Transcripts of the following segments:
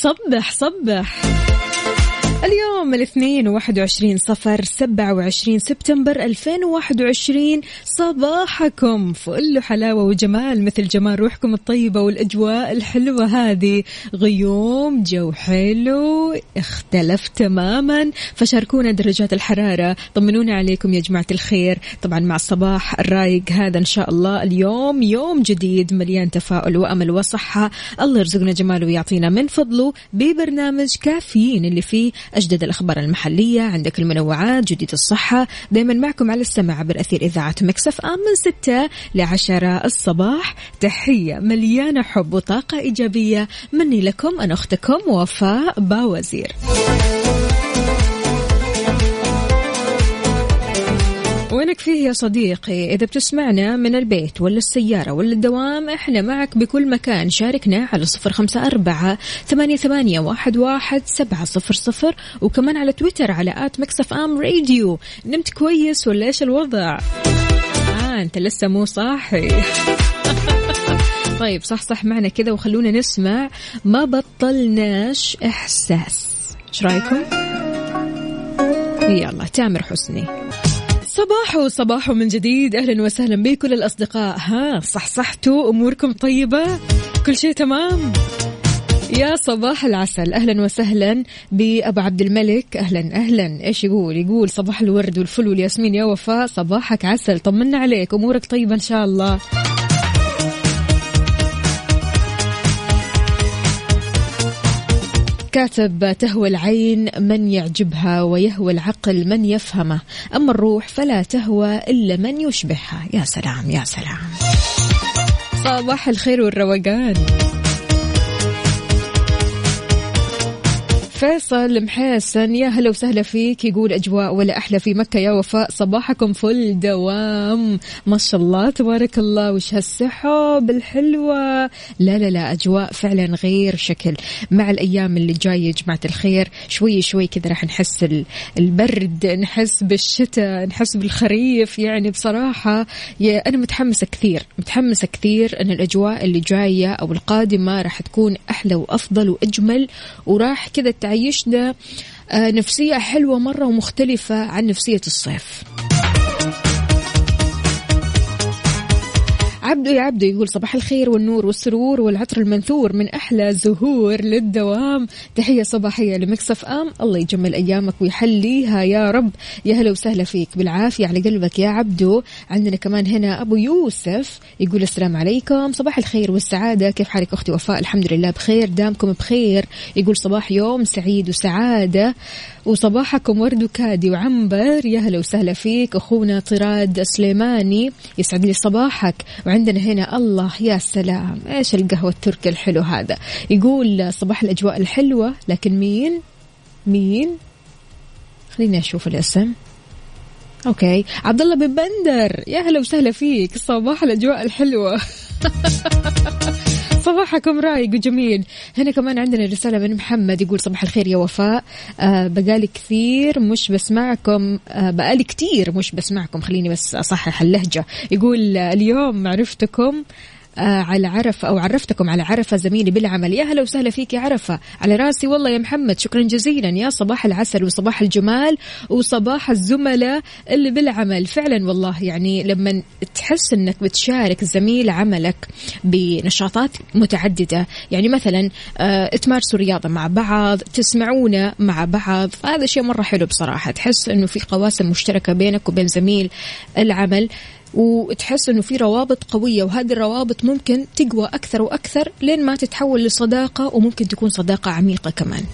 صبح صبح. اليوم الاثنين 21 صفر 27 سبتمبر 2021. صباحكم فل حلاوة وجمال مثل جمال روحكم الطيبة والأجواء الحلوة هذه. غيوم جو حلو اختلف تماما، فشاركونا درجات الحرارة، طمنونا عليكم يا جماعة الخير. طبعا مع الصباح الرايق هذا إن شاء الله اليوم يوم جديد مليان تفاؤل وأمل وصحة. الله يرزقنا جماله ويعطينا من فضله ببرنامج كافيين اللي فيه أجدد الأخبار المحلية، عندك المنوعات، جديد الصحة، دايما معكم على السماع عبر أثير إذاعة ميكس اف ام من 6 ل10 الصباح. تحية مليانة حب وطاقة إيجابية مني لكم، أنا أختكم وفاء باوزير. وينك فيه يا صديقي؟ إذا بتسمعنا من البيت ولا السيارة ولا الدوام إحنا معك بكل مكان. شاركنا على 0548811700 وكمان على تويتر على @mixfmradio. نمت كويس ولا إيش الوضع؟ أنت لسه مو صاحي. طيب صح معنا كذا وخلونا نسمع ما بطلناش إحساس. إيش رأيكم؟ يلا تامر حسني. صباح من جديد، أهلا وسهلا بكل الأصدقاء. صحتوا أموركم طيبة؟ كل شيء تمام؟ يا صباح العسل، أهلا وسهلا بأبو عبد الملك. أهلا. إيش يقول صباح الورد والفل والياسمين يا وفاء، صباحك عسل، طمنا عليك، أمورك طيبة إن شاء الله. كاتب تهوى العين من يعجبها ويهوى العقل من يفهمه، أما الروح فلا تهوى إلا من يشبهها. يا سلام يا سلام، صباح الخير والروقان. فيصل محسن يا هلا وسهلا فيك، يقول أجواء ولا أحلى في مكة يا وفاء، صباحكم فل دوام ما شاء الله تبارك الله، وش هالسحب الحلوة. لا أجواء فعلا غير شكل. مع الأيام اللي جاية يا جماعة الخير شوي كذا راح نحس البرد، نحس بالشتاء، نحس بالخريف. يعني بصراحة أنا متحمسة كثير أن الأجواء اللي جاية أو القادمة راح تكون أحلى وأفضل وأجمل، وراح كذا تعيشنا نفسية حلوة مرة ومختلفة عن نفسية الصيف. عبدو يقول صباح الخير والنور والسرور والعطر المنثور من أحلى زهور للدوام. تحية صباحية لميكس اف ام، الله يجمل أيامك ويحليها يا رب. يا هلا وسهلا فيك، بالعافية على قلبك يا عبدو. عندنا كمان هنا أبو يوسف يقول السلام عليكم، صباح الخير والسعادة، كيف حالك أختي وفاء؟ الحمد لله بخير، دامكم بخير. يقول صباح يوم سعيد وسعادة وصباحكم ورد وكادي وعنبر. يا هلا وسهلا فيك أخونا طراد سليماني، يسعد لي صباحك. وعندنا هنا الله يا سلام إيش القهوة التركي الحلو هذا، يقول صباح الأجواء الحلوة، لكن مين خليني أشوف الاسم. أوكي، عبد الله بن بندر، يا هلا وسهلا فيك، صباح الأجواء الحلوة. صباحكم رايق وجميل. هنا كمان عندنا رسالة من محمد يقول صباح الخير يا وفاء، بقالي كثير مش بسمعكم، خليني بس أصحح اللهجة. يقول اليوم عرفتكم على عرفة أو عرفتكم على عرفة زميلي بالعمل. يا هلا وسهلا فيك يا عرفة، على راسي والله يا محمد، شكرا جزيلا. يا صباح العسل وصباح الجمال وصباح الزملاء اللي بالعمل. فعلا والله يعني لما تحس أنك بتشارك زميل عملك بنشاطات متعددة، يعني مثلا تمارسوا رياضة مع بعض، تسمعونا مع بعض، هذا شيء مرة حلو بصراحة. تحس أنه في قواسم مشتركة بينك وبين زميل العمل، وتحس أنه في روابط قوية، وهذه الروابط ممكن تقوى أكثر وأكثر لين ما تتحول لصداقة، وممكن تكون صداقة عميقة كمان.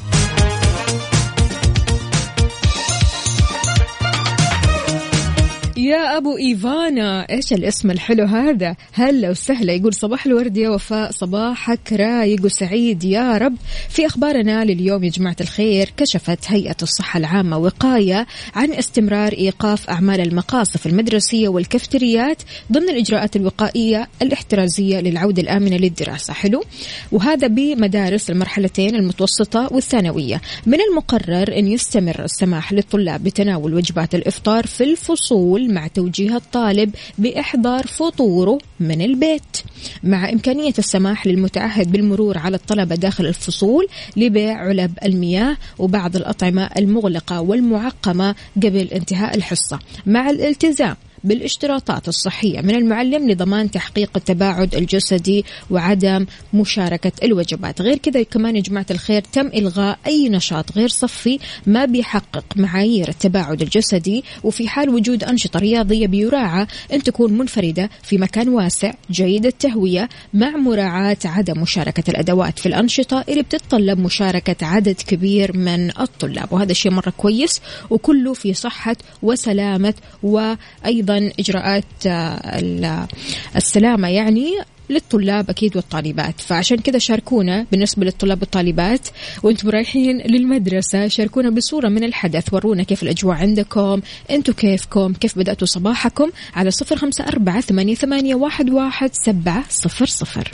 يا أبو إيفانا، إيش الاسم الحلو هذا، هلا وسهلا. يقول صباح الورد يا وفاء، صباحك رايق وسعيد يا رب. في أخبارنا لليوم يا جماعة الخير، كشفت هيئة الصحة العامة وقاية عن استمرار إيقاف أعمال المقاصف المدرسية والكافتريات ضمن الإجراءات الوقائية الاحترازية للعودة الآمنة للدراسة. حلو، وهذا بمدارس المرحلتين المتوسطة والثانوية. من المقرر أن يستمر السماح للطلاب بتناول وجبات الإفطار في الفصول مع توجيه الطالب بإحضار فطوره من البيت، مع إمكانية السماح للمتعهد بالمرور على الطلبة داخل الفصول لبيع علب المياه وبعض الأطعمة المغلقة والمعقمة قبل انتهاء الحصة، مع الالتزام بالاشتراطات الصحية من المعلم لضمان تحقيق التباعد الجسدي وعدم مشاركة الوجبات. غير كذا كمان يا جماعة الخير تم إلغاء أي نشاط غير صفي ما بيحقق معايير التباعد الجسدي، وفي حال وجود أنشطة رياضية بيراعى أن تكون منفردة في مكان واسع جيد التهوية، مع مراعاة عدم مشاركة الأدوات في الأنشطة اللي بتتطلب مشاركة عدد كبير من الطلاب. وهذا شيء مرة كويس وكله في صحة وسلامة وأيضا إجراءات السلامة يعني للطلاب أكيد والطالبات. فعشان كذا شاركونا بالنسبة للطلاب والطالبات وأنتم رايحين للمدرسة، شاركونا بصورة من الحدث، ورونا كيف الأجواء عندكم، أنتم كيفكم، كيف بدأتوا صباحكم على 0548811700.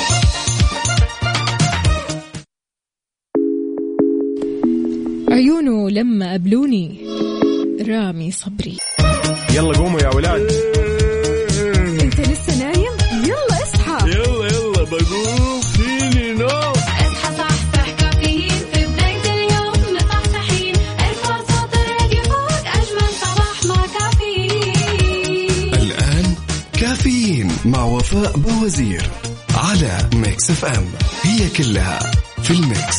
عيونه لما قبلوني رامي صبري. يلا قوموا يا ولاد. انت لسه نايم؟ يلا اصحى. يلا بقوم فيني نوم. اصحى صحصح كافيين في بداية اليوم مصحصحين، ارفع صوت الراديو فوق أجمل صباح مع كافيين. الآن كافيين مع وفاء بوزير على ميكس اف ام، هي كلها في الميكس.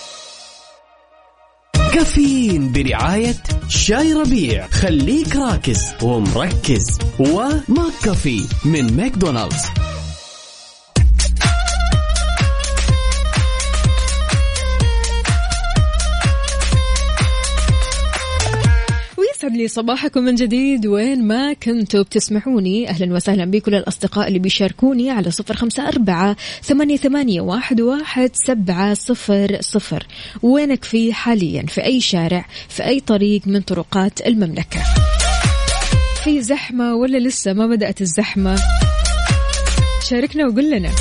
كافيين برعاية شاي ربيع، خليك راكز ومركز، وماك كافي من ماكدونالدز. يسعد لي صباحكم من جديد وين ما كنتوا بتسمعوني. أهلا وسهلا بكل الأصدقاء اللي بيشاركوني على 0548811700. وينك في حاليا؟ في أي شارع؟ في أي طريق من طرقات المملكة؟ في زحمة ولا لسه ما بدأت الزحمة؟ شاركنا وقل لنا.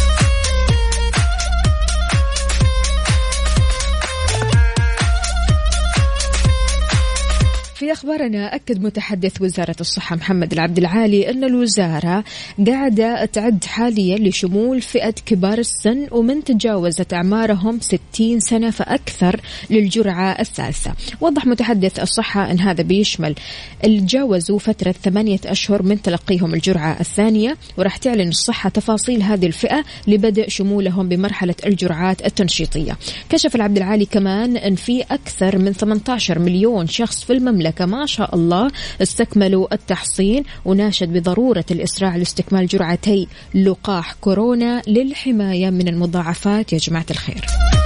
في أخبارنا أكد متحدث وزارة الصحة محمد العبد العالي أن الوزارة قاعدة تعد حاليا لشمول فئة كبار السن ومن تجاوزت أعمارهم 60 سنة فأكثر للجرعة الثالثة. وضح متحدث الصحة أن هذا بيشمل اللي تجاوزوا فترة 8 أشهر من تلقيهم الجرعة الثانية، وراح تعلن الصحة تفاصيل هذه الفئة لبدء شمولهم بمرحلة الجرعات التنشيطية. كشف العبد العالي كمان أن في أكثر من 18 مليون شخص في المملكة ما شاء الله استكملوا التحصين، وناشد بضرورة الإسراع لاستكمال جرعتي لقاح كورونا للحماية من المضاعفات. يا جماعة الخير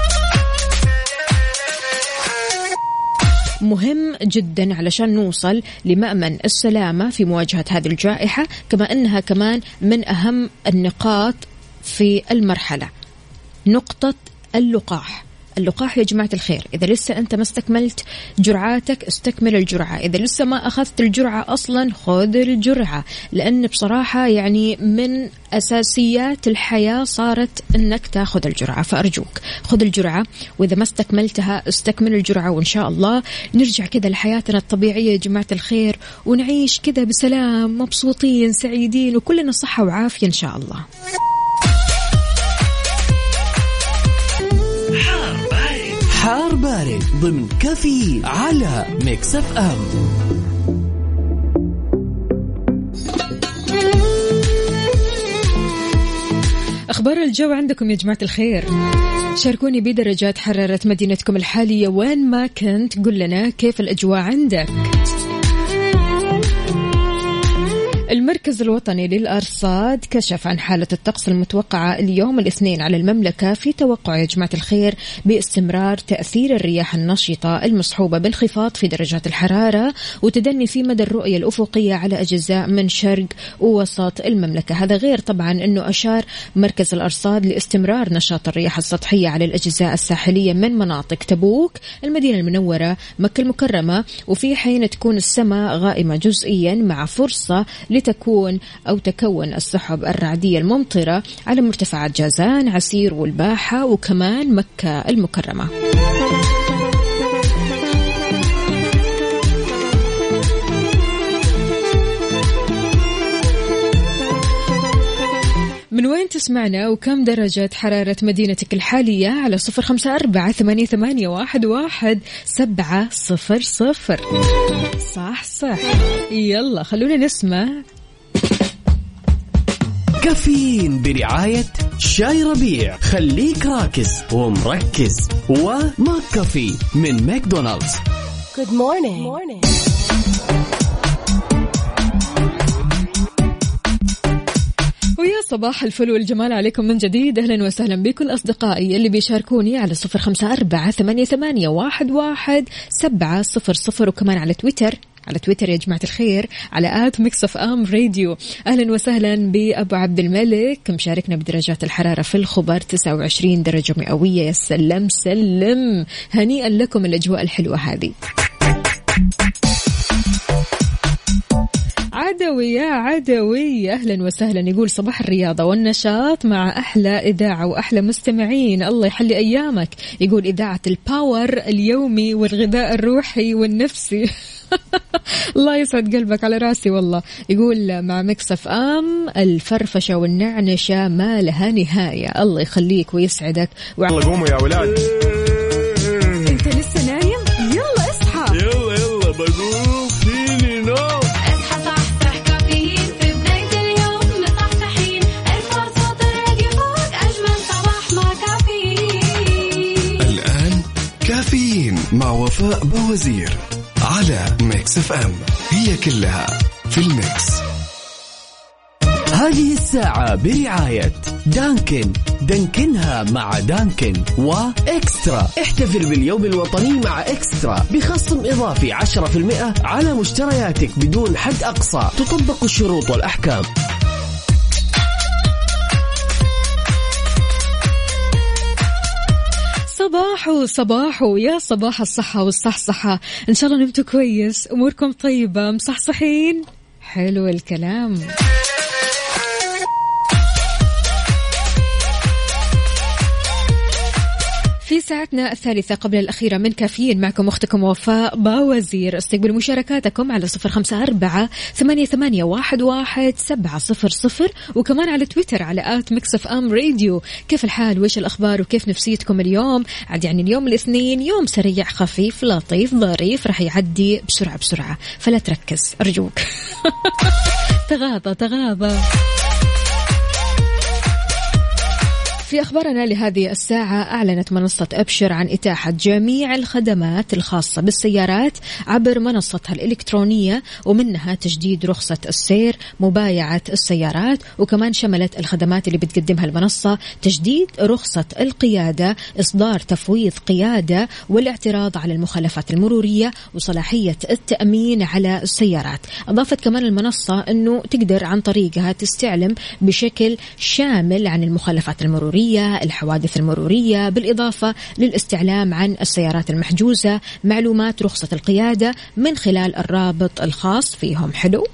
مهم جدا علشان نوصل لمأمن السلامة في مواجهة هذه الجائحة، كما أنها كمان من أهم النقاط في المرحلة نقطة اللقاح. اللقاح يا جماعة الخير، إذا لسه أنت ما استكملت جرعاتك استكمل الجرعة، إذا لسه ما أخذت الجرعة أصلا خذ الجرعة، لأن بصراحة يعني من أساسيات الحياة صارت أنك تأخذ الجرعة، فأرجوك خذ الجرعة، وإذا ما استكملتها استكمل الجرعة، وإن شاء الله نرجع كذا لحياتنا الطبيعية يا جماعة الخير ونعيش كذا بسلام مبسوطين سعيدين وكلنا صحة وعافية إن شاء الله. حار بارد ضمن كافيين على ميكس اف ام. أخبار الجو عندكم يا جماعة الخير، شاركوني بدرجات حرارة مدينتكم الحالية وين ما كنت، قل لنا كيف الأجواء عندك. المركز الوطني للأرصاد كشف عن حالة الطقس المتوقعة اليوم الاثنين على المملكة، في توقع يا جماعة الخير باستمرار تأثير الرياح النشطة المصحوبة بانخفاض في درجات الحرارة وتدني في مدى الرؤية الأفقية على أجزاء من شرق ووسط المملكة. هذا غير طبعا أنه أشار مركز الأرصاد لاستمرار نشاط الرياح السطحية على الأجزاء الساحلية من مناطق تبوك، المدينة المنورة، مكة المكرمة، وفي حين تكون السماء غائمة جزئيا مع فرصة لتكون أو تكون السحب الرعدية الممطرة على مرتفعات جازان، عسير والباحة وكمان مكة المكرمة. تسمعنا وكم درجة حرارة مدينتك الحالية على 0548811700. صح يلا خلونا نسمع. كافيين برعاية شاي ربيع، خليك راكز ومركز، وماك كافي من ماكدونالدز. Good morning. ويا صباح الفل والجمال عليكم من جديد. أهلا وسهلا بكل أصدقائي اللي بيشاركوني على 0548811700 وكمان على تويتر يا جماعة الخير على @mixfm_radio. أهلا وسهلا بأبو عبد الملك مشاركنا بدرجات الحرارة في الخبر 29 درجة مئوية. يا سلم هنيئا لكم الأجواء الحلوة هذه. عدوي أهلا وسهلا، يقول صباح الرياضة والنشاط مع أحلى إذاعة وأحلى مستمعين، الله يحلي أيامك. يقول إذاعة الباور اليومي والغذاء الروحي والنفسي. الله يسعد قلبك على راسي والله. يقول مع ميكس اف ام الفرفشة والنعنشة ما لها نهاية. الله يخليك ويسعدك. يلا قوموا يا ولاد. انت لسه نايم؟ يلا اصحى. يلا بقوم فيني نوم. اصحى صحصح كافيين في بداية اليوم مصحصحين ارفع صوت الراديو فوق أجمل صباح مع كافيين. الآن كافيين مع وفاء بوزير على ميكس اف ام، هي كلها في الميكس. هذه الساعة برعاية دانكنها مع دانكن وإكسترا. احتفل باليوم الوطني مع إكسترا بخصم إضافي 10% على مشترياتك بدون حد أقصى. تطبق الشروط والأحكام. صباحو يا صباح الصحة والصحصحة. إن شاء الله نمتوا كويس، أموركم طيبة، مصحصحين. حلو الكلام. في ساعتنا الثالثة قبل الأخيرة من كافيين معكم أختكم وفاء باوزير. استقبل مشاركاتكم على 0548811700 وكمان على تويتر على @mixfm_radio. كيف الحال وإيش الأخبار وكيف نفسيتكم اليوم؟ عاد يعني اليوم الاثنين يوم سريع خفيف لطيف ظريف رح يعدي بسرعة فلا تركز أرجوك. تغاضى. في أخبارنا لهذه الساعة، أعلنت منصة أبشر عن إتاحة جميع الخدمات الخاصة بالسيارات عبر منصتها الإلكترونية، ومنها تجديد رخصة السير، مبايعة السيارات، وكمان شملت الخدمات اللي بتقدمها المنصة تجديد رخصة القيادة، إصدار تفويض قيادة، والاعتراض على المخالفات المرورية، وصلاحية التأمين على السيارات. أضافت كمان المنصة أنه تقدر عن طريقها تستعلم بشكل شامل عن المخالفات المرورية، الحوادث المرورية، بالإضافة للاستعلام عن السيارات المحجوزة، معلومات رخصة القيادة من خلال الرابط الخاص فيهم. حلو.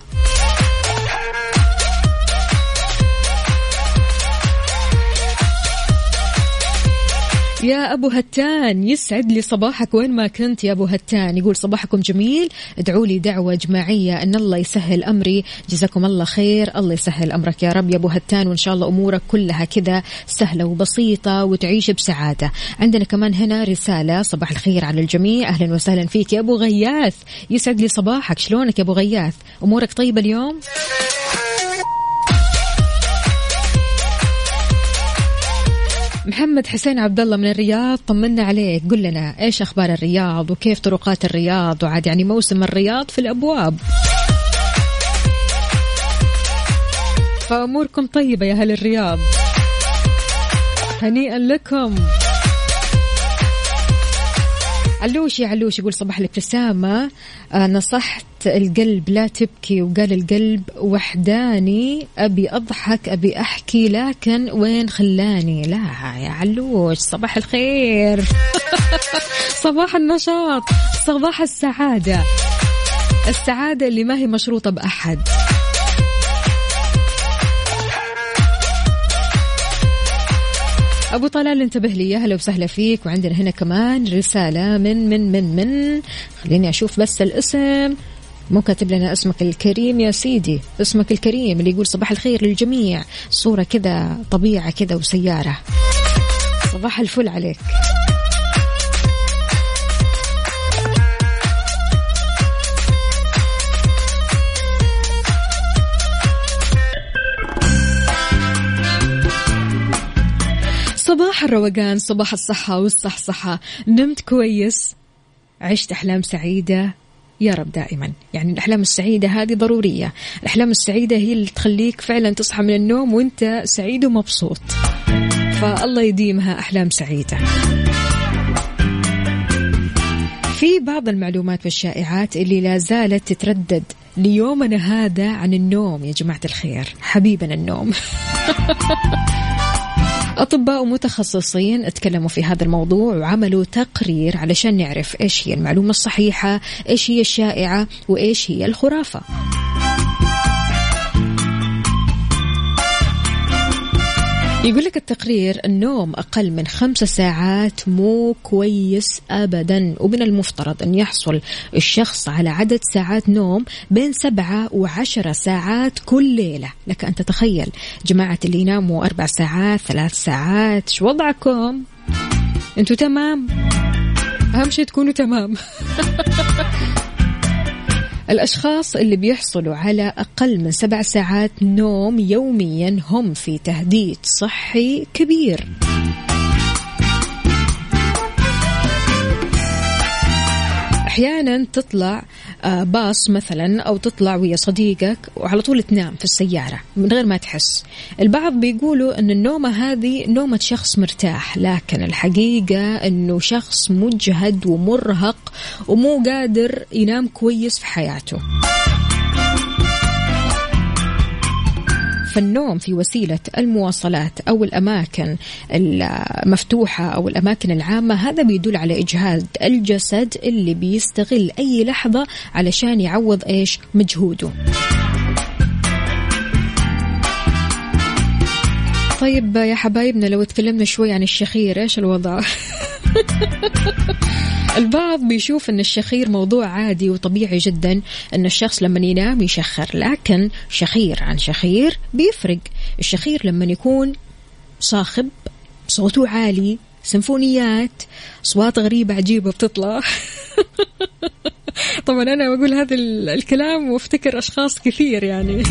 يا أبو هتان يسعد لي صباحك وين ما كنت يا أبو هتان. يقول صباحكم جميل، ادعوا لي دعوة جماعية أن الله يسهل أمري. جزاكم الله خير، الله يسهل أمرك يا رب يا أبو هتان، وإن شاء الله أمورك كلها كذا سهلة وبسيطة وتعيش بسعادة. عندنا كمان هنا رسالة، صباح الخير على الجميع، أهلا وسهلا فيك يا أبو غياث، يسعد لي صباحك. شلونك يا أبو غياث؟ أمورك طيبة اليوم؟ محمد حسين عبد الله من الرياض، طمنا عليك، قل لنا ايش اخبار الرياض وكيف طرقات الرياض، وعاد يعني موسم الرياض في الابواب، فاموركم طيبه يا اهل الرياض، هنيئا لكم. علوش يقول صباح الابتسامة، نصحت القلب لا تبكي وقال القلب وحداني، أبي أضحك أبي أحكي لكن وين خلاني. لا يا علوش، صباح الخير. صباح النشاط، صباح السعادة اللي ما هي مشروطة بأحد. أبو طلال انتبه لي، هلا وسهلا فيك. وعندنا هنا كمان رسالة من خليني أشوف بس الاسم. مو كاتب لنا اسمك الكريم يا سيدي، اسمك الكريم اللي يقول صباح الخير للجميع، صورة كذا طبيعة كذا وسيارة. صباح الفل عليك. صباح الروقان، صباح الصحة والصحصحة. نمت كويس، عشت أحلام سعيدة يا رب دائما. يعني الأحلام السعيدة هذه ضرورية. الأحلام السعيدة هي اللي تخليك فعلا تصحى من النوم وانت سعيد ومبسوط، فالله يديمها أحلام سعيدة. في بعض المعلومات والشائعات اللي لا زالت تتردد ليومنا هذا عن النوم يا جماعة الخير، حبيبنا النوم. أطباء ومتخصصين اتكلموا في هذا الموضوع وعملوا تقرير علشان نعرف إيش هي المعلومة الصحيحة، إيش هي الشائعة، وإيش هي الخرافة. يقول لك التقرير النوم أقل من 5 ساعات مو كويس أبدا، ومن المفترض أن يحصل الشخص على عدد ساعات نوم بين 7 و10 ساعات كل ليلة. لك أن تتخيل جماعة اللي يناموا 4 ساعات 3 ساعات، شو وضعكم؟ أنتوا تمام؟ أهم شيء تكونوا تمام. الأشخاص اللي بيحصلوا على أقل من 7 ساعات نوم يوميا هم في تهديد صحي كبير. أحيانا تطلع باص مثلا أو تطلع ويا صديقك وعلى طول تنام في السيارة من غير ما تحس. البعض بيقولوا أن النومة هذه نومة شخص مرتاح، لكن الحقيقة أنه شخص مجهد ومرهق ومو قادر ينام كويس في حياته. فالنوم في وسيلة المواصلات أو الأماكن المفتوحة أو الأماكن العامة هذا بيدل على إجهاد الجسد اللي بيستغل أي لحظة علشان يعوض إيش مجهوده. طيب يا حبايبنا لو تكلمنا شوي عن الشخير، إيش الوضع؟ البعض بيشوف أن الشخير موضوع عادي وطبيعي جدا أن الشخص لما ينام يشخر، لكن شخير عن شخير بيفرق. الشخير لما يكون صاخب، صوته عالي، سيمفونيات، أصوات غريبة عجيبة بتطلع. طبعا أنا بقول هذا الكلام وافتكر أشخاص كثير يعني.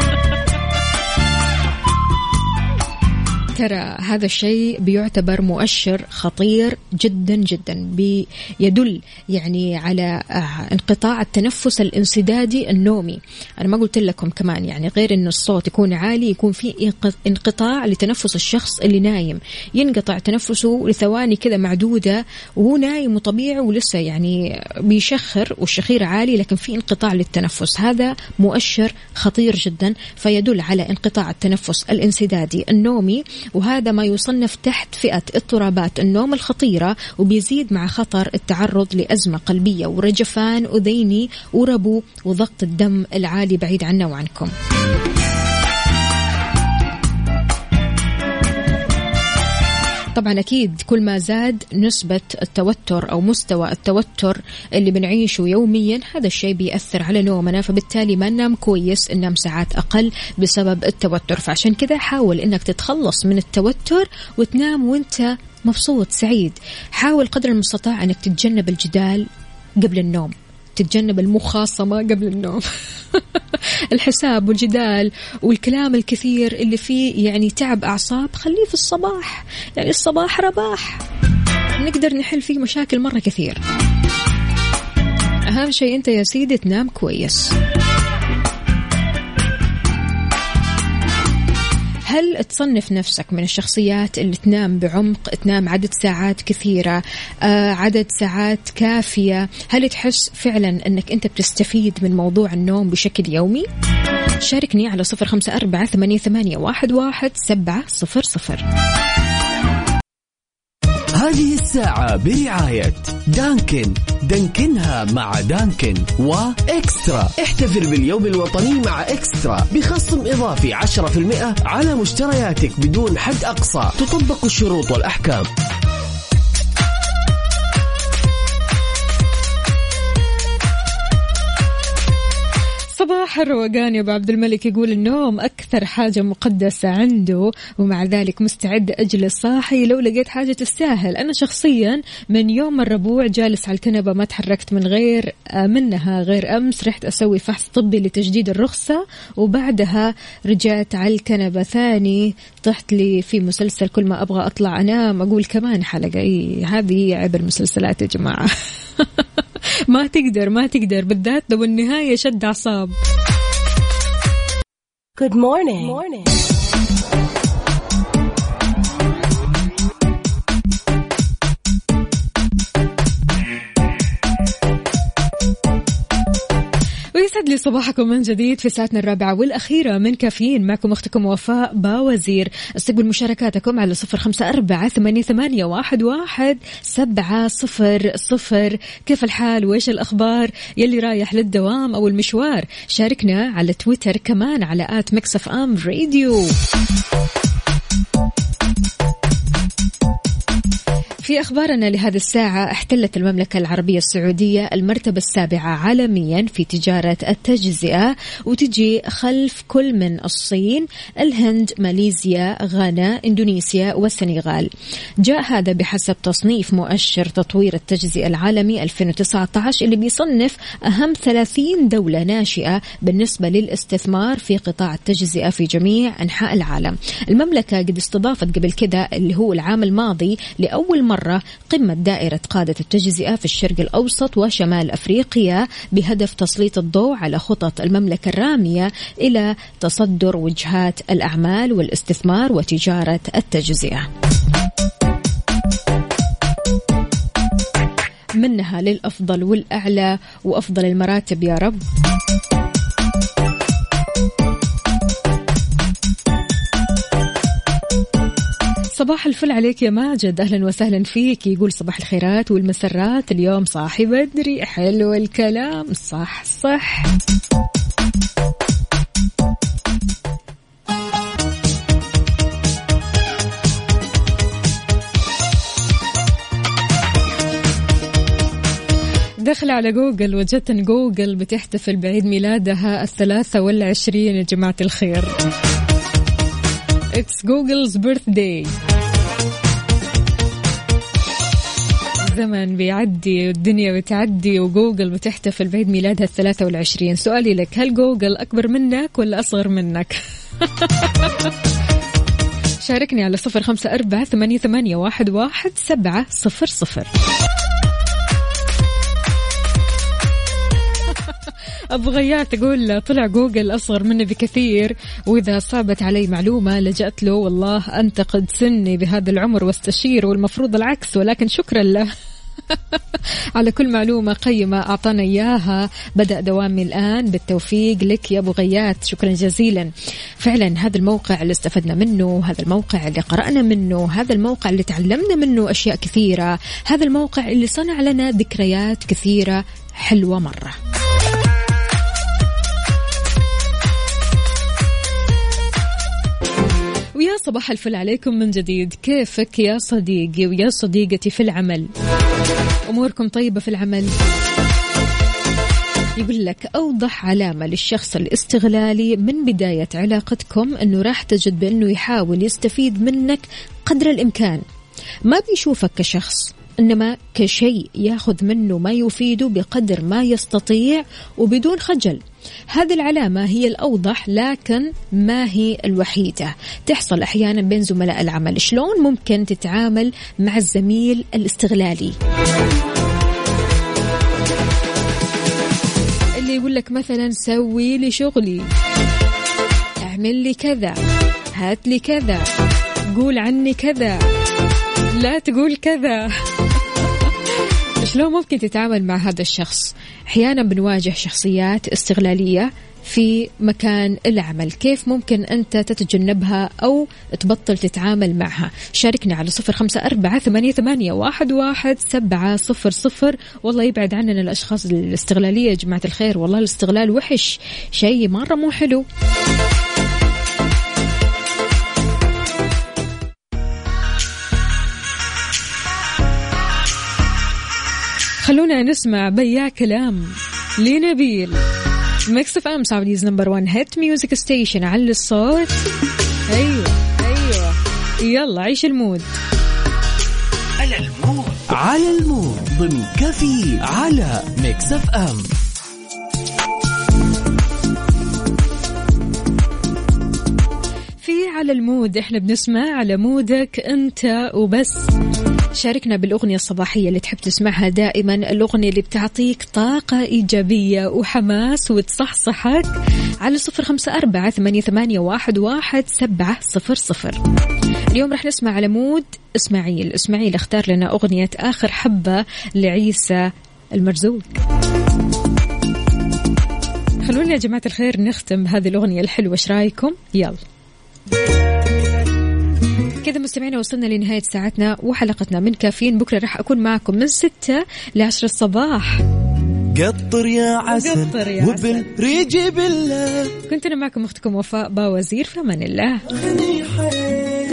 ترى هذا الشيء بيعتبر مؤشر خطير جدا جدا، بيدل يعني على انقطاع التنفس الانسدادي النومي. أنا ما قلت لكم كمان يعني غير إنه الصوت يكون عالي يكون في انقطاع لتنفس الشخص اللي نايم، ينقطع تنفسه لثواني كذا معدودة وهو نايم وطبيعي ولسه يعني بيشخر والشخير عالي لكن في انقطاع للتنفس. هذا مؤشر خطير جدا، فيدل على انقطاع التنفس الانسدادي النومي، وهذا ما يصنف تحت فئة اضطرابات النوم الخطيرة، وبيزيد مع خطر التعرض لأزمة قلبية ورجفان أذيني وربو وضغط الدم العالي بعيد عنا وعنكم. طبعا أكيد كل ما زاد نسبة التوتر أو مستوى التوتر اللي بنعيشه يوميا هذا الشيء بيأثر على نومنا، فبالتالي ما ننام كويس، ننام ساعات أقل بسبب التوتر. فعشان كذا حاول إنك تتخلص من التوتر وتنام وانت مبسوط سعيد. حاول قدر المستطاع إنك تتجنب الجدال قبل النوم، تتجنب المخاصمة قبل النوم. الحساب والجدال والكلام الكثير اللي فيه يعني تعب أعصاب خليه في الصباح، يعني الصباح رباح نقدر نحل فيه مشاكل مرة كثير. أهم شيء أنت يا سيدي تنام كويس. هل تصنف نفسك من الشخصيات اللي تنام بعمق، تنام عدد ساعات كثيرة، عدد ساعات كافية؟ هل تحس فعلا أنك أنت بتستفيد من موضوع النوم بشكل يومي؟ شاركني على 0548811700. هذه الساعة برعاية دانكن، دانكنها مع دانكن، وإكسترا. احتفل باليوم الوطني مع إكسترا بخصم إضافي 10% على مشترياتك بدون حد أقصى. تطبق الشروط والأحكام. صباح الروقان يا أبو عبد الملك. يقول النوم أكثر حاجة مقدسة عنده، ومع ذلك مستعد أجلس صاحي لو لقيت حاجة تستاهل. أنا شخصيا من يوم الربوع جالس على الكنبة ما تحركت منها غير أمس رحت أسوي فحص طبي لتجديد الرخصة، وبعدها رجعت على الكنبة ثاني. طحت لي في مسلسل كل ما أبغى أطلع أنام أقول كمان حلقة. هذه عيب المسلسلات يا جماعة. ما تقدر بالذات لو النهاية شد أعصاب. Good morning. ويسعد لي صباحكم من جديد في ساعتنا الرابعة والأخيرة من كافيين. معكم أختكم وفاء باوزير. استقبل مشاركاتكم على 0548811700. كيف الحال وإيش الأخبار يلي رايح للدوام أو المشوار؟ شاركنا على تويتر كمان على @mixfmradio. في أخبارنا لهذه الساعة، احتلت المملكة العربية السعودية المرتبة السابعة عالميا في تجارة التجزئة، وتجي خلف كل من الصين، الهند، ماليزيا، غانا، إندونيسيا والسنغال. جاء هذا بحسب تصنيف مؤشر تطوير التجزئة العالمي 2019 اللي بيصنف أهم 30 دولة ناشئة بالنسبة للاستثمار في قطاع التجزئة في جميع أنحاء العالم. المملكة قد استضافت قبل كده اللي هو العام الماضي لأول مرة قمة دائرة قادة التجزئة في الشرق الأوسط وشمال أفريقيا بهدف تسليط الضوء على خطط المملكة الرامية إلى تصدر وجهات الأعمال والاستثمار وتجارة التجزئة، منها للأفضل والأعلى وأفضل المراتب يا رب. صباح الفل عليك يا ماجد، أهلا وسهلا فيك. يقول صباح الخيرات والمسرات، اليوم صاحي بدري، حلو الكلام، صح. دخل على جوجل وجدت ان جوجل بتحتفل بعيد ميلادها 23 يا جماعة الخير. It's Google's birthday. الزمن بيعدي والدنيا بتعدي وجوجل بتحتفل بعيد ميلادها 23. سؤالي لك، هل جوجل أكبر منك ولا أصغر منك؟ شاركني على 0548811700. أبو غيات تقول طلع جوجل أصغر مني بكثير، وإذا صابت علي معلومة لجأت له والله أنتقد سني بهذا العمر واستشير، والمفروض العكس، ولكن شكرا له على كل معلومة قيمة أعطانا إياها. بدأ دوامي الآن، بالتوفيق لك يا أبو غيات، شكرا جزيلا. فعلا هذا الموقع اللي استفدنا منه، هذا الموقع اللي قرأنا منه، هذا الموقع اللي تعلمنا منه أشياء كثيرة، هذا الموقع اللي صنع لنا ذكريات كثيرة حلوة مرة. ويا صباح الفل عليكم من جديد. كيفك يا صديقي ويا صديقتي في العمل؟ أموركم طيبة في العمل؟ يقول لك أوضح علامة للشخص الاستغلالي من بداية علاقتكم أنه راح تجد بأنه يحاول يستفيد منك قدر الإمكان. ما بيشوفك كشخص، إنما كشيء ياخذ منه ما يفيده بقدر ما يستطيع وبدون خجل. هذه العلامة هي الأوضح لكن ما هي الوحيدة. تحصل أحيانا بين زملاء العمل. شلون ممكن تتعامل مع الزميل الاستغلالي اللي يقول لك مثلا سوي لي شغلي، اعمل لي كذا، هات لي كذا، قول عني كذا، لا تقول كذا؟ شلون ممكن تتعامل مع هذا الشخص؟ أحيانا بنواجه شخصيات استغلالية في مكان العمل، كيف ممكن أنت تتجنبها أو تبطل تتعامل معها؟ شاركنا على 0548811700. والله يبعد عننا الأشخاص الاستغلالية يا جماعة الخير، والله الاستغلال وحش، شيء مرة مو حلو. خلونا نسمع بيا كلام لنبيل. ميكس اف ام سعوديز نمبر 1 هيت ميوزك ستيشن. على الصوت. ايوه يلا عيش المود. على المود ضمن كافيين على ميكس اف ام. في على المود احنا بنسمع على مودك انت وبس. شاركنا بالأغنية الصباحية اللي تحب تسمعها دائما، الأغنية اللي بتعطيك طاقة إيجابية وحماس وتصحصحك على 0548811700. اليوم رح نسمع على مود إسماعيل اختار لنا أغنية آخر حبة لعيسى المرزوق. خلونا يا جماعة الخير نختم هذه الأغنية الحلوة، ايش رايكم؟ يلا كذا مستمعينا وصلنا لنهاية ساعتنا وحلقتنا من كافيين. بكرة راح أكون معكم من 6 ل10 الصباح. قطر يا عسل وبالريج بالله. كنت أنا معكم أختكم وفاء باوزير، في أمان الله.